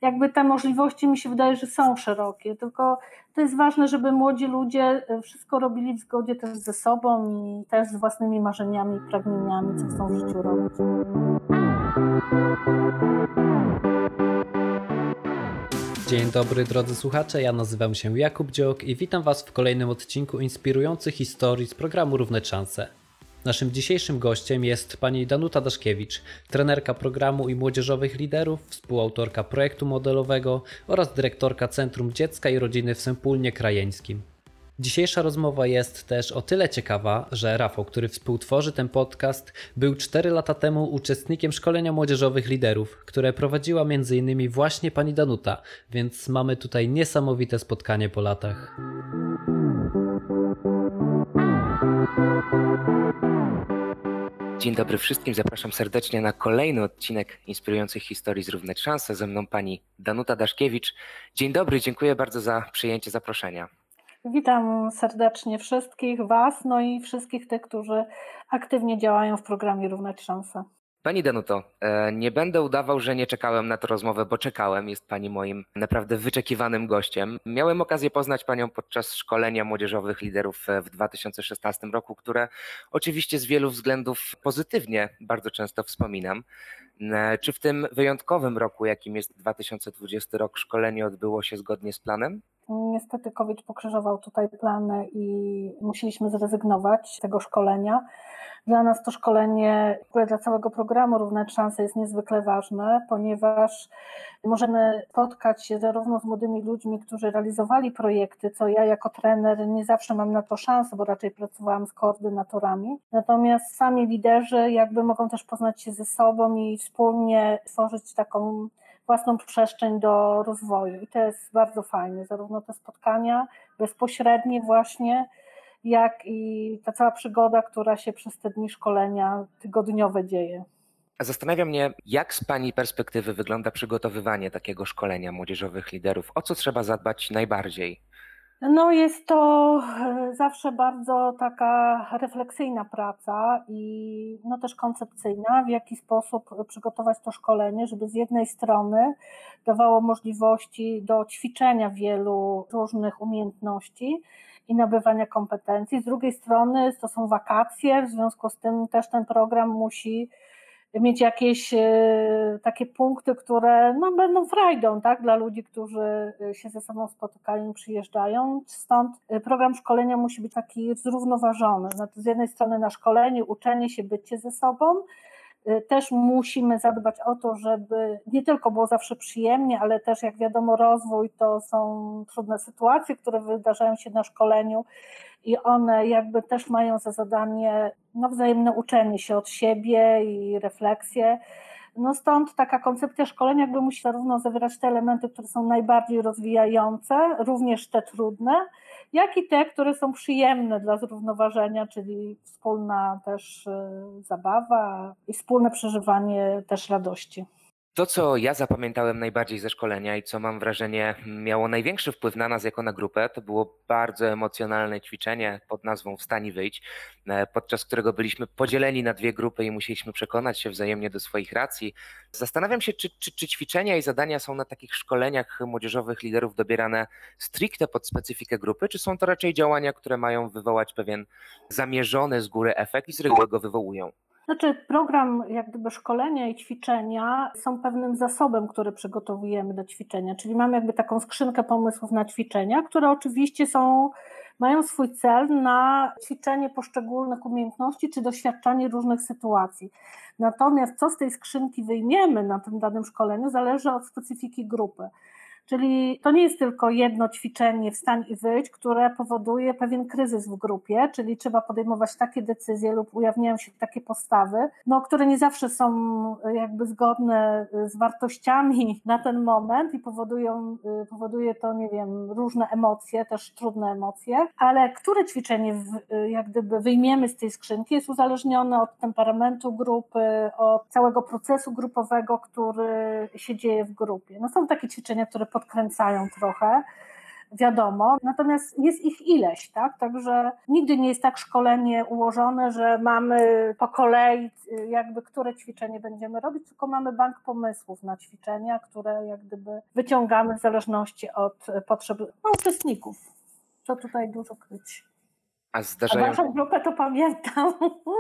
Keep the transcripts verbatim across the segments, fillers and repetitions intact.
jakby te możliwości mi się wydaje, że są szerokie, tylko to jest ważne, żeby młodzi ludzie wszystko robili w zgodzie też ze sobą i też z własnymi marzeniami i pragnieniami, co chcą w życiu robić. Dzień dobry drodzy słuchacze, ja nazywam się Jakub Dziok i witam Was w kolejnym odcinku inspirujących historii z programu Równe Szanse. Naszym dzisiejszym gościem jest pani Danuta Daszkiewicz, trenerka programu i młodzieżowych liderów, współautorka projektu modelowego oraz dyrektorka Centrum Dziecka i Rodziny w Sępólnie Krajeńskim. Dzisiejsza rozmowa jest też o tyle ciekawa, że Rafał, który współtworzy ten podcast, był cztery lata temu uczestnikiem szkolenia młodzieżowych liderów, które prowadziła między innymi właśnie pani Danuta, więc mamy tutaj niesamowite spotkanie po latach. Dzień dobry wszystkim, zapraszam serdecznie na kolejny odcinek inspirujących historii z Równe Szanse. Ze mną pani Danuta Daszkiewicz. Dzień dobry, dziękuję bardzo za przyjęcie zaproszenia. Witam serdecznie wszystkich Was, no i wszystkich tych, którzy aktywnie działają w programie Równe Szanse. Pani Danuto, nie będę udawał, że nie czekałem na tę rozmowę, bo czekałem. Jest pani moim naprawdę wyczekiwanym gościem. Miałem okazję poznać panią podczas szkolenia młodzieżowych liderów w dwa tysiące szesnastym roku, które oczywiście z wielu względów pozytywnie bardzo często wspominam. Czy w tym wyjątkowym roku, jakim jest dwa tysiące dwudziesty rok, szkolenie odbyło się zgodnie z planem? Niestety COVID pokrzyżował tutaj plany i musieliśmy zrezygnować z tego szkolenia. Dla nas to szkolenie, które dla całego programu Równe Szanse jest niezwykle ważne, ponieważ możemy spotkać się zarówno z młodymi ludźmi, którzy realizowali projekty, co ja jako trener nie zawsze mam na to szansę, bo raczej pracowałam z koordynatorami. Natomiast sami liderzy jakby mogą też poznać się ze sobą i wspólnie tworzyć taką własną przestrzeń do rozwoju i to jest bardzo fajne, zarówno te spotkania bezpośrednie właśnie, jak i ta cała przygoda, która się przez te dni szkolenia tygodniowe dzieje. Zastanawia mnie, jak z pani perspektywy wygląda przygotowywanie takiego szkolenia młodzieżowych liderów? O co trzeba zadbać najbardziej? No jest to zawsze bardzo taka refleksyjna praca i no też koncepcyjna, w jaki sposób przygotować to szkolenie, żeby z jednej strony dawało możliwości do ćwiczenia wielu różnych umiejętności i nabywania kompetencji, z drugiej strony to są wakacje, w związku z tym też ten program musi mieć jakieś e, takie punkty, które no, będą frajdą, tak, dla ludzi, którzy się ze sobą spotykają i przyjeżdżają. Stąd program szkolenia musi być taki zrównoważony. Znaczy, z jednej strony na szkolenie, uczenie się, bycie ze sobą. Też musimy zadbać o to, żeby nie tylko było zawsze przyjemnie, ale też jak wiadomo rozwój to są trudne sytuacje, które wydarzają się na szkoleniu i one jakby też mają za zadanie no, wzajemne uczenie się od siebie i refleksję. No stąd taka koncepcja szkolenia jakby musi zarówno zawierać te elementy, które są najbardziej rozwijające, również te trudne, jak i te, które są przyjemne dla zrównoważenia, czyli wspólna też zabawa i wspólne przeżywanie też radości. To, co ja zapamiętałem najbardziej ze szkolenia i co mam wrażenie miało największy wpływ na nas jako na grupę, to było bardzo emocjonalne ćwiczenie pod nazwą Wstań i wyjdź, podczas którego byliśmy podzieleni na dwie grupy i musieliśmy przekonać się wzajemnie do swoich racji. Zastanawiam się, czy, czy, czy ćwiczenia i zadania są na takich szkoleniach młodzieżowych liderów dobierane stricte pod specyfikę grupy, czy są to raczej działania, które mają wywołać pewien zamierzony z góry efekt i z reguły go wywołują? Znaczy program jak gdyby szkolenia i ćwiczenia są pewnym zasobem, który przygotowujemy do ćwiczenia, czyli mamy jakby taką skrzynkę pomysłów na ćwiczenia, które oczywiście są, mają swój cel na ćwiczenie poszczególnych umiejętności czy doświadczanie różnych sytuacji. Natomiast co z tej skrzynki wyjmiemy na tym danym szkoleniu zależy od specyfiki grupy. Czyli to nie jest tylko jedno ćwiczenie wstań i wyjdź, które powoduje pewien kryzys w grupie, czyli trzeba podejmować takie decyzje lub ujawniają się takie postawy, no, które nie zawsze są jakby zgodne z wartościami na ten moment i powodują, powoduje to, nie wiem, różne emocje, też trudne emocje, ale które ćwiczenie jak gdyby wyjmiemy z tej skrzynki jest uzależnione od temperamentu grupy, od całego procesu grupowego, który się dzieje w grupie. No, są takie ćwiczenia, które podkręcają trochę, wiadomo, natomiast jest ich ileś, tak? Także nigdy nie jest tak szkolenie ułożone, że mamy po kolei jakby które ćwiczenie będziemy robić, tylko mamy bank pomysłów na ćwiczenia, które jak gdyby wyciągamy w zależności od potrzeb no, uczestników. Co tutaj dużo kryć. A zdarzają A waszą grupę to pamiętam.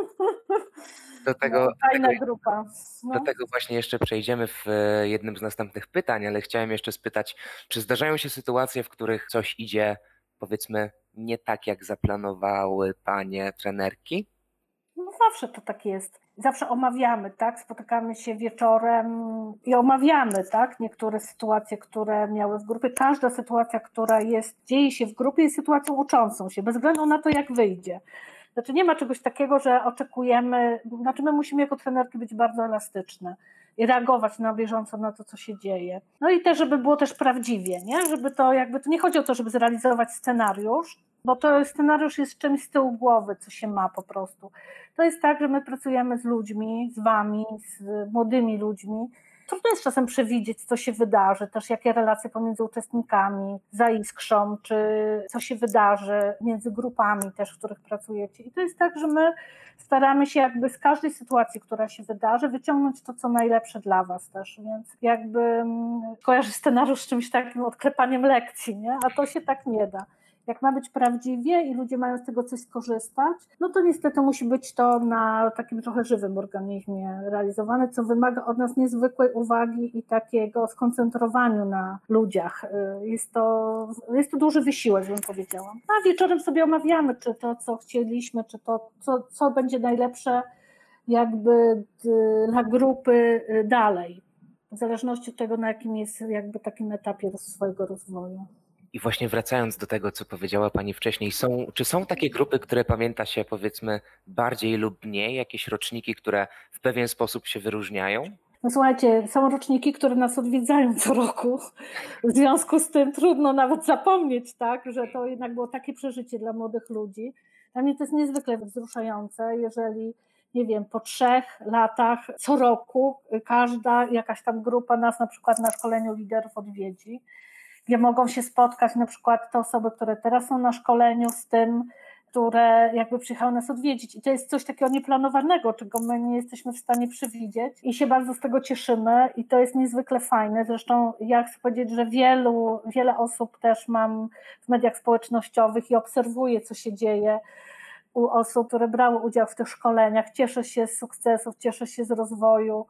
do tego, no, fajna do tego, grupa. No. do tego właśnie jeszcze przejdziemy w jednym z następnych pytań, ale chciałem jeszcze spytać, czy zdarzają się sytuacje, w których coś idzie, powiedzmy, nie tak, jak zaplanowały panie trenerki? No zawsze to tak jest. Zawsze omawiamy, tak? Spotykamy się wieczorem i omawiamy, tak? Niektóre sytuacje, które miały w grupie. Każda sytuacja, która jest, dzieje się w grupie, jest sytuacją uczącą się, bez względu na to, jak wyjdzie. Znaczy nie ma czegoś takiego, że oczekujemy, znaczy my musimy jako trenerki być bardzo elastyczne i reagować na bieżąco na to, co się dzieje. No i też, żeby było też prawdziwie, nie? Żeby to jakby, to nie chodzi o to, żeby zrealizować scenariusz, bo to scenariusz jest czymś z tyłu głowy, co się ma po prostu. To jest tak, że my pracujemy z ludźmi, z wami, z młodymi ludźmi. Trudno jest czasem przewidzieć, co się wydarzy, też jakie relacje pomiędzy uczestnikami zaiskrzą, czy co się wydarzy między grupami też, w których pracujecie. I to jest tak, że my staramy się jakby z każdej sytuacji, która się wydarzy, wyciągnąć to, co najlepsze dla was też, więc jakby kojarzy scenariusz z czymś takim odklepaniem lekcji, nie? A to się tak nie da. Jak ma być prawdziwie i ludzie mają z tego coś skorzystać, no to niestety musi być to na takim trochę żywym organizmie realizowane, co wymaga od nas niezwykłej uwagi i takiego skoncentrowaniu na ludziach. Jest to, jest to duży wysiłek, bym powiedziała. A wieczorem sobie omawiamy, czy to, co chcieliśmy, czy to, co, co będzie najlepsze jakby dla grupy dalej, w zależności od tego, na jakim jest jakby takim etapie swojego rozwoju. I właśnie wracając do tego, co powiedziała pani wcześniej, są, czy są takie grupy, które pamięta się powiedzmy bardziej lub mniej, jakieś roczniki, które w pewien sposób się wyróżniają? No słuchajcie, są roczniki, które nas odwiedzają co roku. W związku z tym trudno nawet zapomnieć, tak, że to jednak było takie przeżycie dla młodych ludzi. Dla mnie to jest niezwykle wzruszające, jeżeli, nie wiem, po trzech latach co roku każda jakaś tam grupa nas na przykład na szkoleniu liderów odwiedzi, gdzie mogą się spotkać na przykład te osoby, które teraz są na szkoleniu z tym, które jakby przyjechały nas odwiedzić. I to jest coś takiego nieplanowanego, czego my nie jesteśmy w stanie przewidzieć i się bardzo z tego cieszymy i to jest niezwykle fajne. Zresztą ja chcę powiedzieć, że wielu, wiele osób też mam w mediach społecznościowych i obserwuję, co się dzieje u osób, które brały udział w tych szkoleniach. Cieszę się z sukcesów, cieszę się z rozwoju.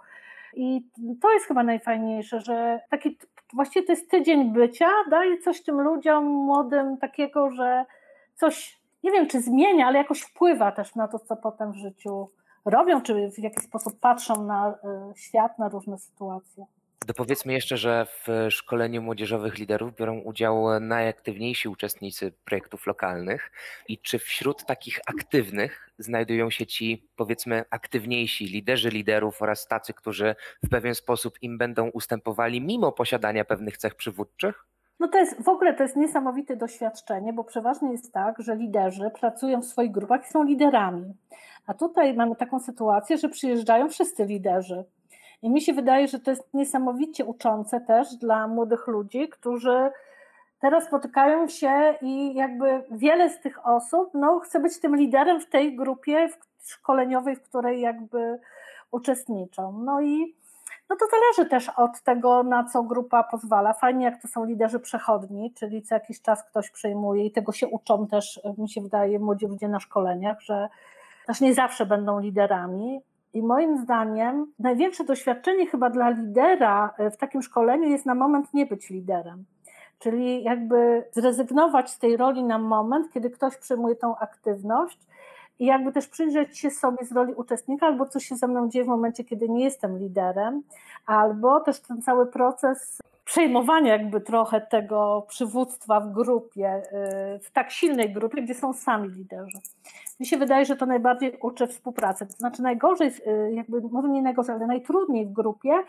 I to jest chyba najfajniejsze, że taki właściwie to jest tydzień bycia, daje coś tym ludziom młodym takiego, że coś, nie wiem czy zmienia, ale jakoś wpływa też na to, co potem w życiu robią, czy w jaki sposób patrzą na świat, na różne sytuacje. Dopowiedzmy jeszcze, że w szkoleniu młodzieżowych liderów biorą udział najaktywniejsi uczestnicy projektów lokalnych i czy wśród takich aktywnych znajdują się ci, powiedzmy, aktywniejsi liderzy liderów oraz tacy, którzy w pewien sposób im będą ustępowali mimo posiadania pewnych cech przywódczych? No to jest, w ogóle to jest niesamowite doświadczenie, bo przeważnie jest tak, że liderzy pracują w swoich grupach i są liderami. A tutaj mamy taką sytuację, że przyjeżdżają wszyscy liderzy. I mi się wydaje, że to jest niesamowicie uczące też dla młodych ludzi, którzy teraz spotykają się i jakby wiele z tych osób no, chce być tym liderem w tej grupie szkoleniowej, w której jakby uczestniczą. No i no to zależy też od tego, na co grupa pozwala. Fajnie, jak to są liderzy przechodni, czyli co jakiś czas ktoś przejmuje i tego się uczą też, mi się wydaje, młodzi ludzie na szkoleniach, że też nie zawsze będą liderami. I moim zdaniem największe doświadczenie chyba dla lidera w takim szkoleniu jest na moment nie być liderem. Czyli jakby zrezygnować z tej roli na moment, kiedy ktoś przejmuje tą aktywność i jakby też przyjrzeć się sobie z roli uczestnika, albo co się ze mną dzieje w momencie, kiedy nie jestem liderem, albo też ten cały proces przejmowania jakby trochę tego przywództwa w grupie, w tak silnej grupie, gdzie są sami liderzy. Mi się wydaje, że to najbardziej uczy współpracy. To znaczy najgorzej, jakby może nie najgorzej, ale najtrudniej w grupie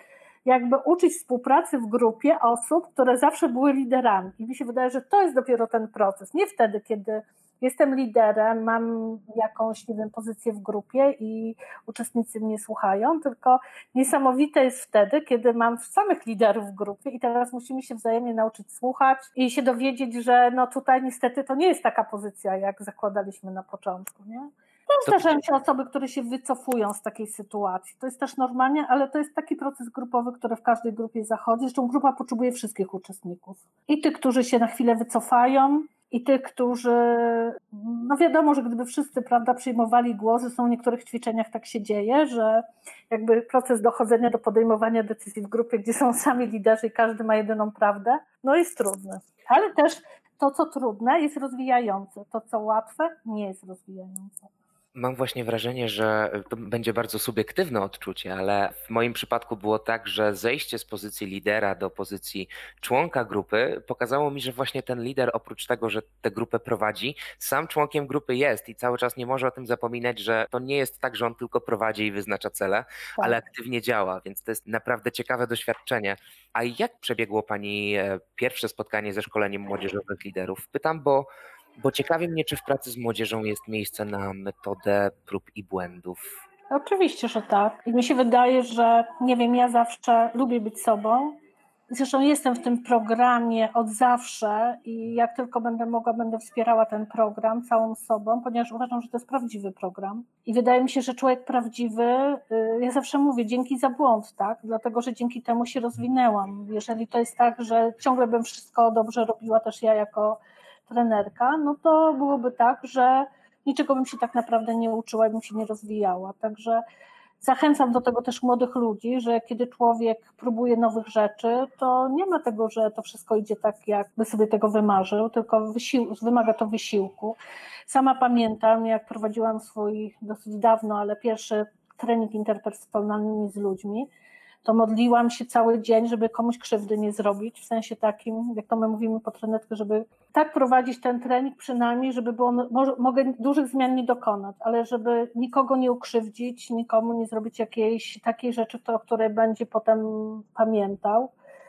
jakby uczyć współpracy w grupie osób, które zawsze były liderami. I mi się wydaje, że to jest dopiero ten proces. Nie wtedy, kiedy jestem liderem, mam jakąś, nie wiem, pozycję w grupie i uczestnicy mnie słuchają, tylko niesamowite jest wtedy, kiedy mam samych liderów w grupie i teraz musimy się wzajemnie nauczyć słuchać i się dowiedzieć, że no tutaj niestety to nie jest taka pozycja, jak zakładaliśmy na początku, nie? Też zdarzają się osoby, które się wycofują z takiej sytuacji. To jest też normalnie, ale to jest taki proces grupowy, który w każdej grupie zachodzi. Zresztą grupa potrzebuje wszystkich uczestników. I tych, którzy się na chwilę wycofają, i tych, którzy, no wiadomo, że gdyby wszyscy, prawda, przyjmowali głos, zresztą w niektórych ćwiczeniach tak się dzieje, że jakby proces dochodzenia do podejmowania decyzji w grupie, gdzie są sami liderzy i każdy ma jedyną prawdę, no jest trudny. Ale też to, co trudne, jest rozwijające. To, co łatwe, nie jest rozwijające. Mam właśnie wrażenie, że to będzie bardzo subiektywne odczucie, ale w moim przypadku było tak, że zejście z pozycji lidera do pozycji członka grupy pokazało mi, że właśnie ten lider, oprócz tego, że tę grupę prowadzi, sam członkiem grupy jest i cały czas nie może o tym zapominać, że to nie jest tak, że on tylko prowadzi i wyznacza cele, tak, ale aktywnie działa, więc to jest naprawdę ciekawe doświadczenie. A jak przebiegło Pani pierwsze spotkanie ze szkoleniem młodzieżowych liderów? Pytam, bo Bo ciekawi mnie, czy w pracy z młodzieżą jest miejsce na metodę prób i błędów. Oczywiście, że tak. I mi się wydaje, że nie wiem, ja zawsze lubię być sobą. Zresztą jestem w tym programie od zawsze i jak tylko będę mogła, będę wspierała ten program całą sobą, ponieważ uważam, że to jest prawdziwy program. I wydaje mi się, że człowiek prawdziwy, ja zawsze mówię, dzięki za błąd, tak? Dlatego, że dzięki temu się rozwinęłam. Jeżeli to jest tak, że ciągle bym wszystko dobrze robiła też ja jako trenerka, no to byłoby tak, że niczego bym się tak naprawdę nie uczyła i bym się nie rozwijała. Także zachęcam do tego też młodych ludzi, że kiedy człowiek próbuje nowych rzeczy, to nie ma tego, że to wszystko idzie tak, jakby sobie tego wymarzył, tylko wysił- wymaga to wysiłku. Sama pamiętam, jak prowadziłam swój dosyć dawno, ale pierwszy trening interpersonalny z ludźmi, to modliłam się cały dzień, żeby komuś krzywdy nie zrobić, w sensie takim, jak to my mówimy po trenerce, żeby tak prowadzić ten trening przynajmniej, żeby było, może, mogę dużych zmian nie dokonać, ale żeby nikogo nie ukrzywdzić, nikomu nie zrobić jakiejś takiej rzeczy, o której będzie potem pamiętał.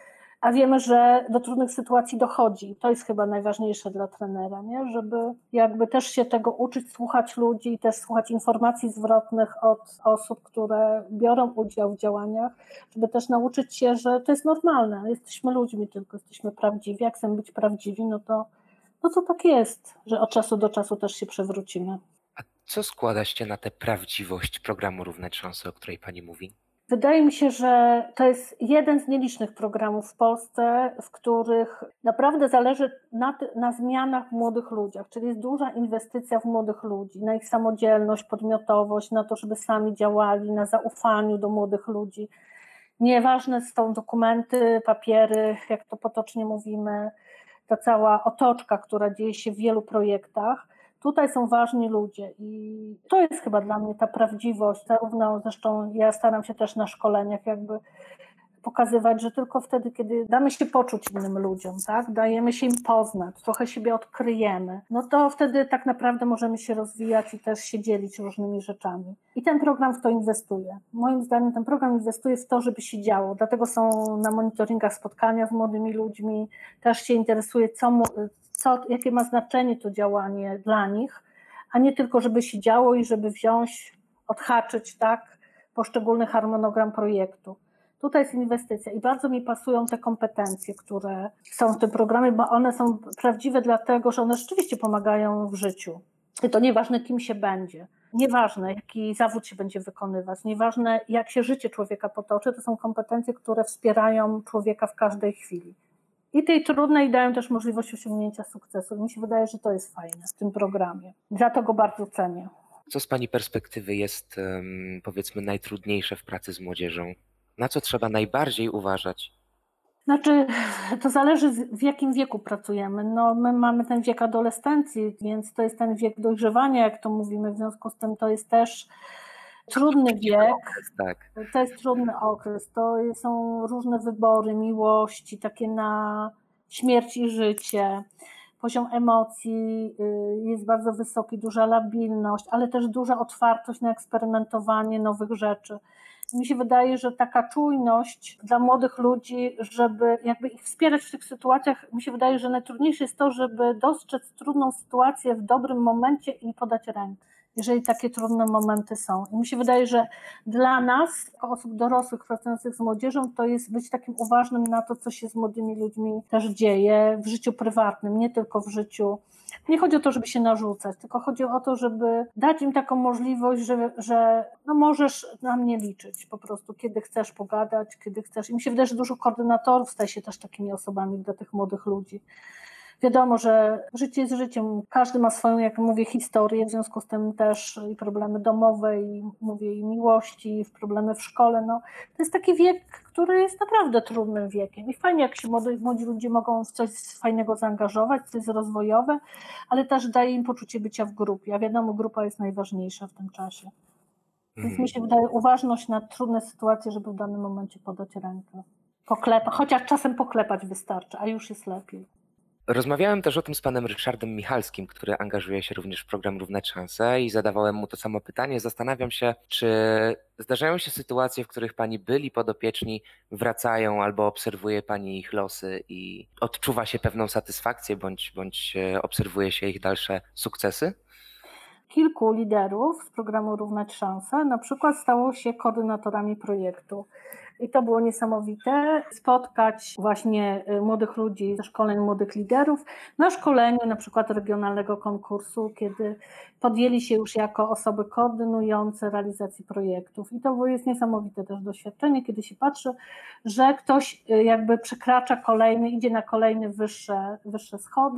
A wiemy, że do trudnych sytuacji dochodzi. To jest chyba najważniejsze dla trenera, nie? Żeby jakby też się tego uczyć, słuchać ludzi i też słuchać informacji zwrotnych od osób, które biorą udział w działaniach, żeby też nauczyć się, że to jest normalne. Jesteśmy ludźmi tylko, jesteśmy prawdziwi. Jak chcemy być prawdziwi, no to, no to tak jest, że od czasu do czasu też się przewrócimy. A co składa się na tę prawdziwość programu Równe Szanse, o której Pani mówi? Wydaje mi się, że to jest jeden z nielicznych programów w Polsce, w których naprawdę zależy na, na zmianach w młodych ludziach, czyli jest duża inwestycja w młodych ludzi, na ich samodzielność, podmiotowość, na to, żeby sami działali, na zaufaniu do młodych ludzi. Nieważne są dokumenty, papiery, jak to potocznie mówimy, ta cała otoczka, która dzieje się w wielu projektach. Tutaj są ważni ludzie i to jest chyba dla mnie ta prawdziwość, zarówno zresztą ja staram się też na szkoleniach jakby pokazywać, że tylko wtedy, kiedy damy się poczuć innym ludziom, tak, dajemy się im poznać, trochę siebie odkryjemy, no to wtedy tak naprawdę możemy się rozwijać i też się dzielić różnymi rzeczami. I ten program w to inwestuje. Moim zdaniem ten program inwestuje w to, żeby się działo, dlatego są na monitoringach spotkania z młodymi ludźmi, też się interesuje, co mu, Co, jakie ma znaczenie to działanie dla nich, a nie tylko, żeby się działo i żeby wziąć, odhaczyć tak poszczególny harmonogram projektu. Tutaj jest inwestycja i bardzo mi pasują te kompetencje, które są w tym programie, bo one są prawdziwe dlatego, że one rzeczywiście pomagają w życiu. I to nieważne, kim się będzie, nieważne, jaki zawód się będzie wykonywać, nieważne, jak się życie człowieka potoczy, to są kompetencje, które wspierają człowieka w każdej chwili. I tej trudnej dają też możliwość osiągnięcia sukcesu. Mi się wydaje, że to jest fajne w tym programie. Za to go bardzo cenię. Co z Pani perspektywy jest, powiedzmy, najtrudniejsze w pracy z młodzieżą? Na co trzeba najbardziej uważać? Znaczy, to zależy w jakim wieku pracujemy. No, my mamy ten wiek adolescencji, więc to jest ten wiek dojrzewania, jak to mówimy. W związku z tym to jest też trudny wiek, tak. To jest trudny okres, to są różne wybory, miłości, takie na śmierć i życie. Poziom emocji jest bardzo wysoki, duża labilność, ale też duża otwartość na eksperymentowanie nowych rzeczy. mi się wydaje, że taka czujność dla młodych ludzi, żeby jakby ich wspierać w tych sytuacjach, mi się wydaje, że najtrudniejsze jest to, żeby dostrzec trudną sytuację w dobrym momencie i podać rękę, jeżeli takie trudne momenty są. I mi się wydaje, że dla nas, jako osób dorosłych pracujących z młodzieżą, to jest być takim uważnym na to, co się z młodymi ludźmi też dzieje w życiu prywatnym, nie tylko w życiu. Nie chodzi o to, żeby się narzucać, tylko chodzi o to, żeby dać im taką możliwość, że, że no możesz na mnie liczyć po prostu, kiedy chcesz pogadać, kiedy chcesz. I mi się wydaje, że dużo koordynatorów staje się też takimi osobami dla tych młodych ludzi. Wiadomo, że życie jest życiem, każdy ma swoją, jak mówię, historię, w związku z tym też i problemy domowe, i mówię, i miłości, i problemy w szkole. No, to jest taki wiek, który jest naprawdę trudnym wiekiem i fajnie, jak się młodzi, młodzi ludzie mogą w coś fajnego zaangażować, coś rozwojowe, ale też daje im poczucie bycia w grupie, a wiadomo, grupa jest najważniejsza w tym czasie. Więc mi się wydaje, uważność na trudne sytuacje, żeby w danym momencie podać rękę. Poklepa, chociaż czasem poklepać wystarczy, a już jest lepiej. Rozmawiałem też o tym z panem Ryszardem Michalskim, który angażuje się również w program Równe Szanse i zadawałem mu to samo pytanie. Zastanawiam się, czy zdarzają się sytuacje, w których pani byli podopieczni wracają albo obserwuje pani ich losy i odczuwa się pewną satysfakcję bądź, bądź obserwuje się ich dalsze sukcesy? Kilku liderów z programu Równać Szanse na przykład stało się koordynatorami projektu. I to było niesamowite, spotkać właśnie młodych ludzi ze szkoleń młodych liderów na szkoleniu na przykład regionalnego konkursu, kiedy podjęli się już jako osoby koordynujące realizację projektów. I to jest niesamowite też doświadczenie, kiedy się patrzy, że ktoś jakby przekracza kolejny, idzie na kolejne wyższe, wyższe schody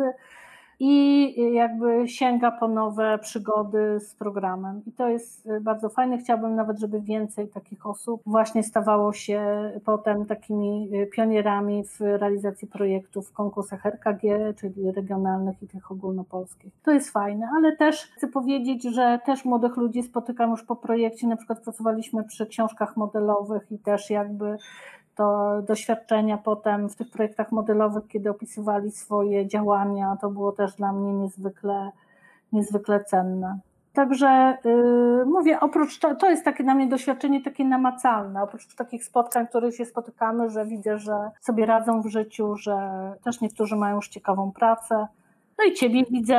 i jakby sięga po nowe przygody z programem. I to jest bardzo fajne. Chciałabym nawet, żeby więcej takich osób właśnie stawało się potem takimi pionierami w realizacji projektów w konkursach R K G, czyli regionalnych i tych ogólnopolskich. To jest fajne, ale też chcę powiedzieć, że też młodych ludzi spotykam już po projekcie. Na przykład pracowaliśmy przy książkach modelowych i też jakby to doświadczenia potem w tych projektach modelowych, kiedy opisywali swoje działania, to było też dla mnie niezwykle, niezwykle cenne. Także yy, mówię, oprócz to, to jest takie dla mnie doświadczenie takie namacalne, oprócz takich spotkań, w których się spotykamy, że widzę, że sobie radzą w życiu, że też niektórzy mają już ciekawą pracę. No i ciebie widzę,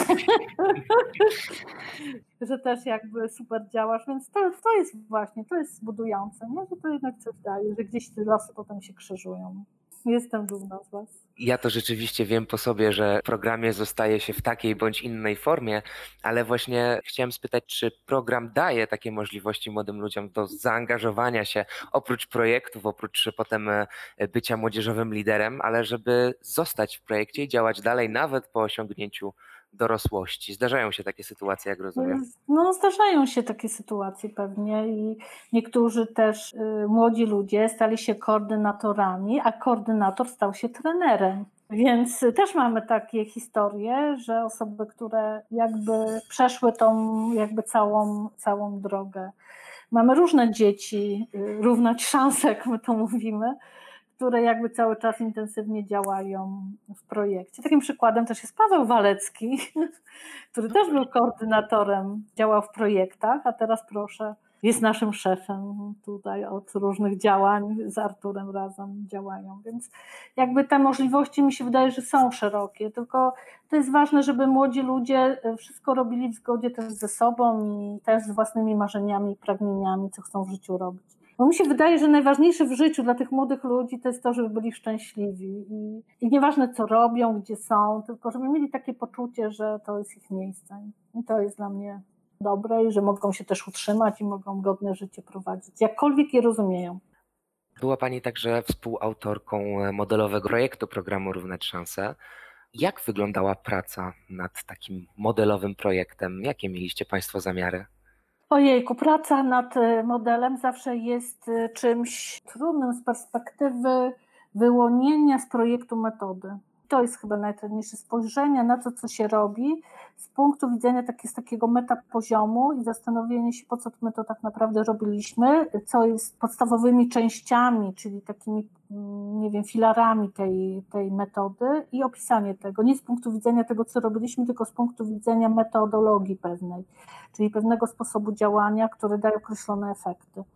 że też jakby super działasz, więc to, to jest właśnie, to jest budujące, nie? Że to jednak coś daje, że gdzieś te losy potem się krzyżują. Jestem dumna z was. Ja to rzeczywiście wiem po sobie, że w programie zostaje się w takiej bądź innej formie, ale właśnie chciałem spytać, czy program daje takie możliwości młodym ludziom do zaangażowania się, oprócz projektów, oprócz potem bycia młodzieżowym liderem, ale żeby zostać w projekcie i działać dalej nawet po osiągnięciu dorosłości. Zdarzają się takie sytuacje, jak rozumiem. No zdarzają się takie sytuacje pewnie i niektórzy też y, młodzi ludzie stali się koordynatorami, a koordynator stał się trenerem. Więc też mamy takie historie, że osoby, które jakby przeszły tą jakby całą, całą drogę. Mamy różne dzieci, y, równać szanse, jak my to mówimy, które jakby cały czas intensywnie działają w projekcie. Takim przykładem też jest Paweł Walecki, który też był koordynatorem, działał w projektach, a teraz proszę, jest naszym szefem tutaj od różnych działań, z Arturem razem działają, więc jakby te możliwości mi się wydaje, że są szerokie, tylko to jest ważne, żeby młodzi ludzie wszystko robili w zgodzie też ze sobą i też z własnymi marzeniami i pragnieniami, co chcą w życiu robić. Bo mi się wydaje, że najważniejsze w życiu dla tych młodych ludzi to jest to, żeby byli szczęśliwi i, i nieważne co robią, gdzie są, tylko żeby mieli takie poczucie, że to jest ich miejsce i to jest dla mnie dobre i że mogą się też utrzymać i mogą godne życie prowadzić, jakkolwiek je rozumieją. Była pani także współautorką modelowego projektu programu Równe Szanse. Jak wyglądała praca nad takim modelowym projektem? Jakie mieliście państwo zamiary? Ojejku, praca nad modelem zawsze jest czymś trudnym z perspektywy wyłonienia z projektu metody. To jest chyba najtrudniejsze, spojrzenie na to, co się robi z punktu widzenia tak, z takiego metapoziomu i zastanowienie się, po co my to tak naprawdę robiliśmy, co jest podstawowymi częściami, czyli takimi, nie wiem, filarami tej, tej metody i opisanie tego, nie z punktu widzenia tego, co robiliśmy, tylko z punktu widzenia metodologii pewnej, czyli pewnego sposobu działania, który daje określone efekty.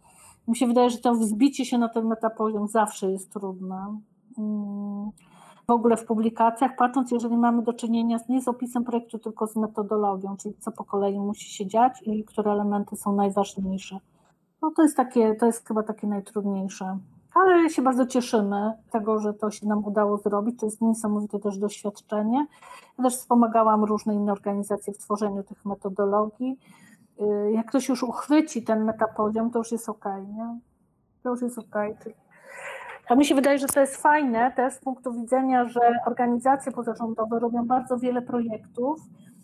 Mi się wydaje, że to wzbicie się na ten metapoziom zawsze jest trudne. W ogóle w publikacjach, patrząc, jeżeli mamy do czynienia nie z opisem projektu, tylko z metodologią, czyli co po kolei musi się dziać i które elementy są najważniejsze. No to jest takie, to jest chyba takie najtrudniejsze. Ale się bardzo cieszymy z tego, że to się nam udało zrobić. To jest niesamowite też doświadczenie. Ja też wspomagałam różne inne organizacje w tworzeniu tych metodologii. Jak ktoś już uchwyci ten metapoziom, to już jest okej, nie? To już jest okej. A mi się wydaje, że to jest fajne też z punktu widzenia, że organizacje pozarządowe robią bardzo wiele projektów,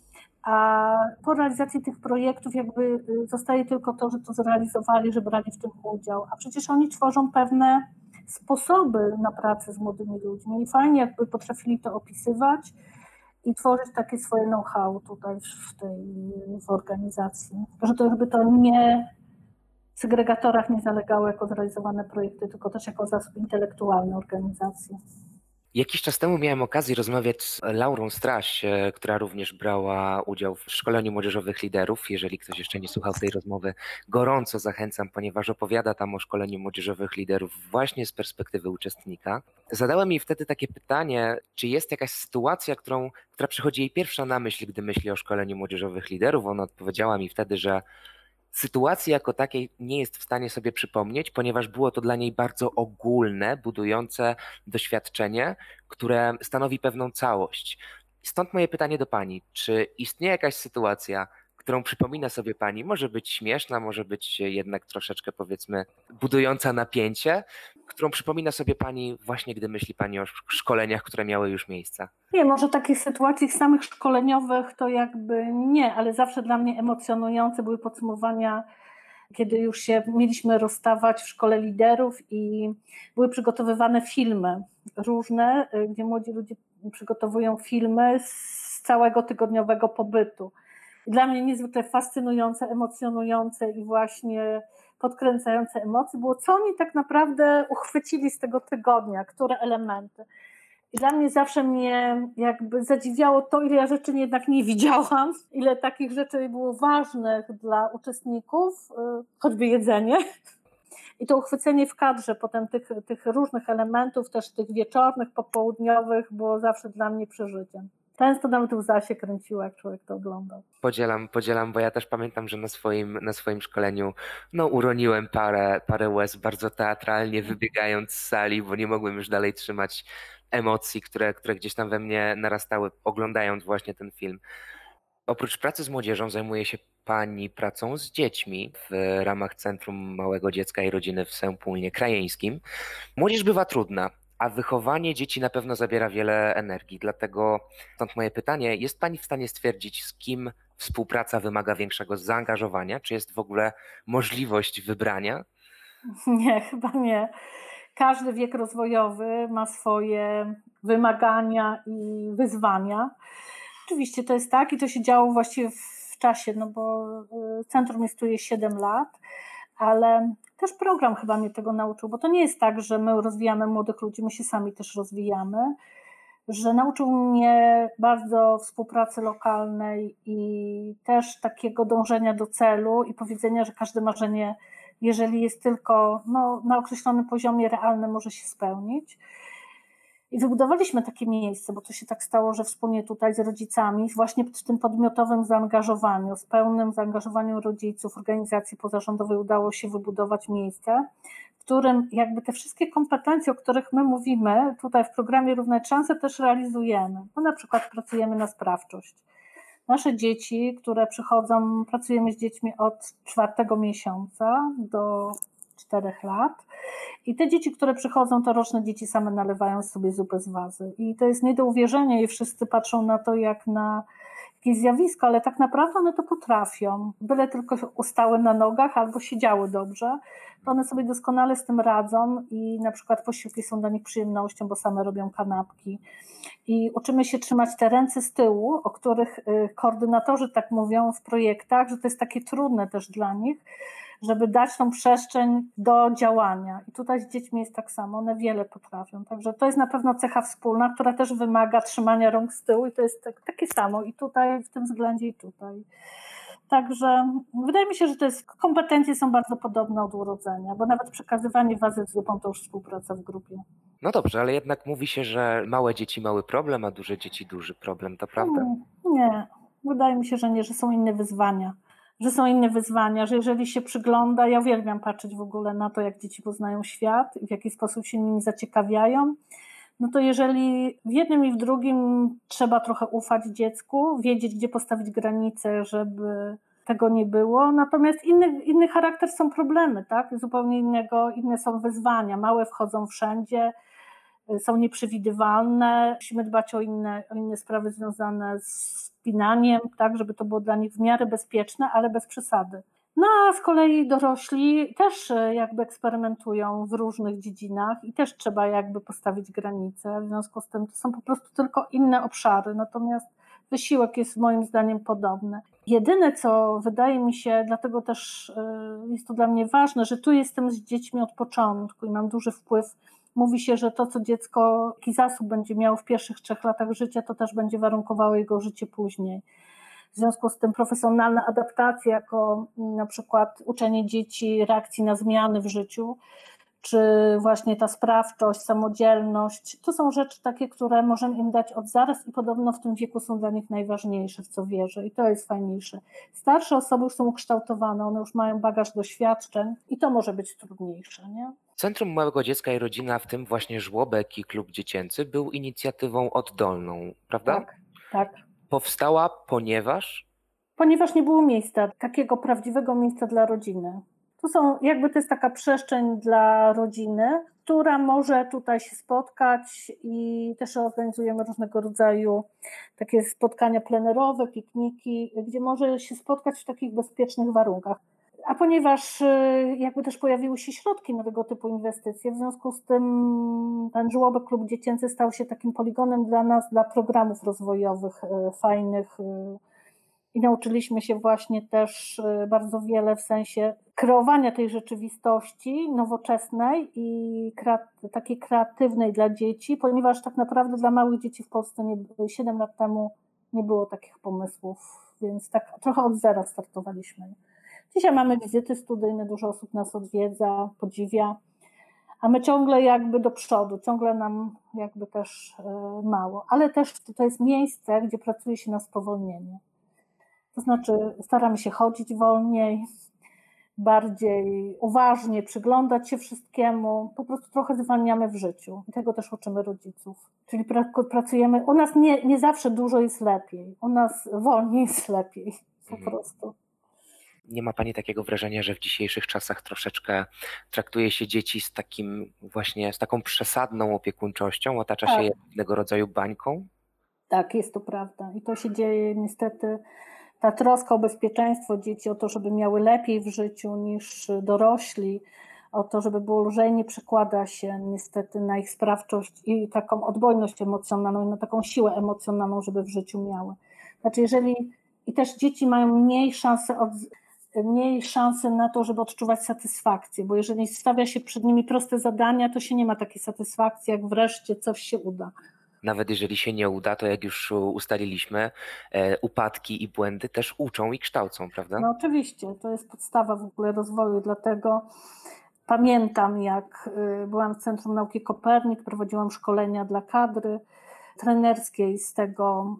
a po realizacji tych projektów jakby zostaje tylko to, że to zrealizowali, że brali w tym udział. A przecież oni tworzą pewne sposoby na pracę z młodymi ludźmi i fajnie jakby potrafili to opisywać i tworzyć takie swoje know-how tutaj w tej w organizacji. Że to jakby to nie w segregatorach nie zalegało jako zrealizowane projekty, tylko też jako zasób intelektualny organizacji. Jakiś czas temu miałem okazję rozmawiać z Laurą Straś, która również brała udział w szkoleniu młodzieżowych liderów. Jeżeli ktoś jeszcze nie słuchał tej rozmowy, gorąco zachęcam, ponieważ opowiada tam o szkoleniu młodzieżowych liderów właśnie z perspektywy uczestnika. Zadałem jej wtedy takie pytanie, czy jest jakaś sytuacja, którą, która przychodzi jej pierwsza na myśl, gdy myśli o szkoleniu młodzieżowych liderów. Ona odpowiedziała mi wtedy, że sytuacji jako takiej nie jest w stanie sobie przypomnieć, ponieważ było to dla niej bardzo ogólne, budujące doświadczenie, które stanowi pewną całość. Stąd moje pytanie do Pani, czy istnieje jakaś sytuacja, którą przypomina sobie Pani, może być śmieszna, może być jednak troszeczkę powiedzmy budująca napięcie, którą przypomina sobie Pani właśnie, gdy myśli Pani o szkoleniach, które miały już miejsce? Nie, może takich sytuacji samych szkoleniowych to jakby nie, ale zawsze dla mnie emocjonujące były podsumowania, kiedy już się mieliśmy rozstawać w szkole liderów i były przygotowywane filmy różne, gdzie młodzi ludzie przygotowują filmy z całego tygodniowego pobytu. Dla mnie niezwykle fascynujące, emocjonujące i właśnie podkręcające emocje było, co oni tak naprawdę uchwycili z tego tygodnia, które elementy. I dla mnie zawsze mnie jakby zadziwiało to, ile ja rzeczy jednak nie widziałam, ile takich rzeczy było ważnych dla uczestników, choćby jedzenie. I to uchwycenie w kadrze potem tych, tych różnych elementów, też tych wieczornych, popołudniowych, było zawsze dla mnie przeżyciem. Często nawet łza się kręciła, jak człowiek to oglądał. Podzielam, podzielam, bo ja też pamiętam, że na swoim, na swoim szkoleniu no, uroniłem parę, parę łez bardzo teatralnie, wybiegając z sali, bo nie mogłem już dalej trzymać emocji, które, które gdzieś tam we mnie narastały, oglądając właśnie ten film. Oprócz pracy z młodzieżą zajmuje się Pani pracą z dziećmi w ramach Centrum Małego Dziecka i Rodziny w Sępólnie Krajeńskim. Młodzież bywa trudna, a wychowanie dzieci na pewno zabiera wiele energii, dlatego stąd moje pytanie, jest Pani w stanie stwierdzić, z kim współpraca wymaga większego zaangażowania? Czy jest w ogóle możliwość wybrania? Nie, chyba nie. Każdy wiek rozwojowy ma swoje wymagania i wyzwania. Oczywiście to jest tak i to się działo właściwie w czasie, no bo centrum istnieje siedem lat, ale też program chyba mnie tego nauczył, bo to nie jest tak, że my rozwijamy młodych ludzi, my się sami też rozwijamy, że nauczył mnie bardzo współpracy lokalnej i też takiego dążenia do celu i powiedzenia, że każde marzenie, jeżeli jest tylko no, na określonym poziomie realnym, może się spełnić. I wybudowaliśmy takie miejsce, bo to się tak stało, że wspólnie tutaj z rodzicami, właśnie w tym podmiotowym zaangażowaniu, z pełnym zaangażowaniem rodziców, organizacji pozarządowej udało się wybudować miejsce, w którym jakby te wszystkie kompetencje, o których my mówimy tutaj w programie Równe Szanse też realizujemy. Bo na przykład pracujemy na sprawczość. Nasze dzieci, które przychodzą, pracujemy z dziećmi od czwartego miesiąca do czterech lat i te dzieci, które przychodzą, to roczne dzieci same nalewają sobie zupę z wazy i to jest nie do uwierzenia i wszyscy patrzą na to jak na jakieś zjawisko, ale tak naprawdę one to potrafią, byle tylko ustały na nogach albo siedziały dobrze, to one sobie doskonale z tym radzą i na przykład posiłki są dla nich przyjemnością, bo same robią kanapki i uczymy się trzymać te ręce z tyłu, o których koordynatorzy tak mówią w projektach, że to jest takie trudne też dla nich, żeby dać tą przestrzeń do działania. I tutaj z dziećmi jest tak samo, one wiele potrafią. Także to jest na pewno cecha wspólna, która też wymaga trzymania rąk z tyłu i to jest tak, takie samo i tutaj w tym względzie i tutaj. Także wydaje mi się, że to jest, kompetencje są bardzo podobne od urodzenia, bo nawet przekazywanie wazy z zupą to już współpraca w grupie. No dobrze, ale jednak mówi się, że małe dzieci mały problem, a duże dzieci duży problem, to prawda? Hmm, nie, wydaje mi się, że nie, że są inne wyzwania. Że są inne wyzwania, że jeżeli się przygląda, ja uwielbiam patrzeć w ogóle na to, jak dzieci poznają świat i w jaki sposób się nimi zaciekawiają, no to jeżeli w jednym i w drugim trzeba trochę ufać dziecku, wiedzieć, gdzie postawić granice, żeby tego nie było, natomiast inny, inny charakter są problemy, tak? Zupełnie innego, inne są wyzwania, małe wchodzą wszędzie, są nieprzewidywalne, musimy dbać o inne, o inne sprawy związane z spinaniem, tak, żeby to było dla nich w miarę bezpieczne, ale bez przesady. No a z kolei dorośli też jakby eksperymentują w różnych dziedzinach i też trzeba jakby postawić granice, w związku z tym to są po prostu tylko inne obszary, natomiast wysiłek jest moim zdaniem podobny. Jedyne, co wydaje mi się, dlatego też jest to dla mnie ważne, że tu jestem z dziećmi od początku i mam duży wpływ. Mówi się, że to, co dziecko, jaki zasób będzie miało w pierwszych trzech latach życia, to też będzie warunkowało jego życie później. W związku z tym profesjonalna adaptacja, jako na przykład uczenie dzieci reakcji na zmiany w życiu, czy właśnie ta sprawczość, samodzielność, to są rzeczy takie, które możemy im dać od zaraz i podobno w tym wieku są dla nich najważniejsze, w co wierzę i to jest fajniejsze. Starsze osoby już są ukształtowane, one już mają bagaż doświadczeń i to może być trudniejsze, nie? Centrum Małego Dziecka i Rodzina, w tym właśnie żłobek i klub dziecięcy, był inicjatywą oddolną, prawda? Tak, tak. Powstała ponieważ? Ponieważ nie było miejsca, takiego prawdziwego miejsca dla rodziny. To są, jakby to jest taka przestrzeń dla rodziny, która może tutaj się spotkać i też organizujemy różnego rodzaju takie spotkania plenerowe, pikniki, gdzie może się spotkać w takich bezpiecznych warunkach. A ponieważ jakby też pojawiły się środki na tego typu inwestycje, w związku z tym ten żłobek klub dziecięcy stał się takim poligonem dla nas, dla programów rozwojowych fajnych i nauczyliśmy się właśnie też bardzo wiele w sensie kreowania tej rzeczywistości nowoczesnej i kreat- takiej kreatywnej dla dzieci, ponieważ tak naprawdę dla małych dzieci w Polsce nie, siedem lat temu nie było takich pomysłów, więc tak trochę od zera startowaliśmy. Dzisiaj mamy wizyty studyjne, dużo osób nas odwiedza, podziwia, a my ciągle jakby do przodu, ciągle nam jakby też mało, ale też to jest miejsce, gdzie pracuje się na spowolnienie. To znaczy staramy się chodzić wolniej, bardziej uważnie przyglądać się wszystkiemu, po prostu trochę zwalniamy w życiu i tego też uczymy rodziców. Czyli pracujemy, u nas nie, nie zawsze dużo jest lepiej, u nas wolniej jest lepiej po Mhm. prostu. Nie ma Pani takiego wrażenia, że w dzisiejszych czasach troszeczkę traktuje się dzieci z takim właśnie, z taką przesadną opiekuńczością, otacza Tak. się je pewnego rodzaju bańką? Tak, jest to prawda i to się dzieje niestety. Ta troska o bezpieczeństwo dzieci, o to, żeby miały lepiej w życiu niż dorośli, o to, żeby było lżej, nie przekłada się niestety na ich sprawczość i taką odbojność emocjonalną, i na taką siłę emocjonalną, żeby w życiu miały. Znaczy jeżeli i też dzieci mają mniej szansy, od, mniej szansy na to, żeby odczuwać satysfakcję, bo jeżeli stawia się przed nimi proste zadania, to się nie ma takiej satysfakcji, jak wreszcie coś się uda. Nawet jeżeli się nie uda, to jak już ustaliliśmy, upadki i błędy też uczą i kształcą, prawda? No oczywiście, to jest podstawa w ogóle rozwoju, dlatego pamiętam, jak byłam w Centrum Nauki Kopernik, prowadziłam szkolenia dla kadry trenerskiej z tego,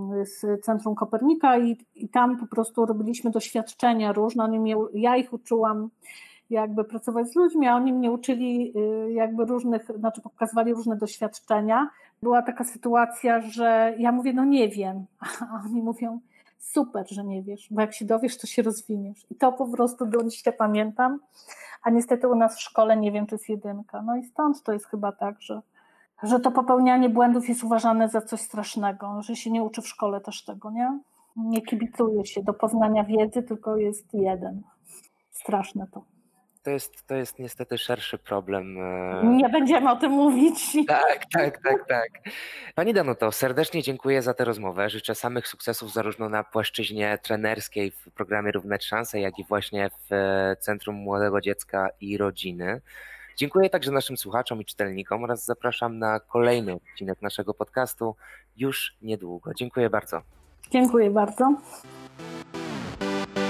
z Centrum Kopernika i, i tam po prostu robiliśmy doświadczenia różne, oni mnie, ja ich uczyłam jakby pracować z ludźmi, a oni mnie uczyli jakby różnych, znaczy pokazywali różne doświadczenia. Była taka sytuacja, że ja mówię, no nie wiem, a oni mówią, super, że nie wiesz, bo jak się dowiesz, to się rozwiniesz. I to po prostu do dzisiaj pamiętam, a niestety u nas w szkole nie wiem, to jest jedynka. No i stąd to jest chyba tak, że, że to popełnianie błędów jest uważane za coś strasznego, że się nie uczy w szkole też tego, nie? Nie kibicuje się do poznania wiedzy, tylko jest jeden. Straszne to. To jest, to jest niestety szerszy problem. Nie będziemy o tym mówić. Tak, tak, tak, tak. Pani Danuto, serdecznie dziękuję za tę rozmowę. Życzę samych sukcesów zarówno na płaszczyźnie trenerskiej w programie Równe Szanse, jak i właśnie w Centrum Młodego Dziecka i Rodziny. Dziękuję także naszym słuchaczom i czytelnikom oraz zapraszam na kolejny odcinek naszego podcastu już niedługo. Dziękuję bardzo. Dziękuję bardzo.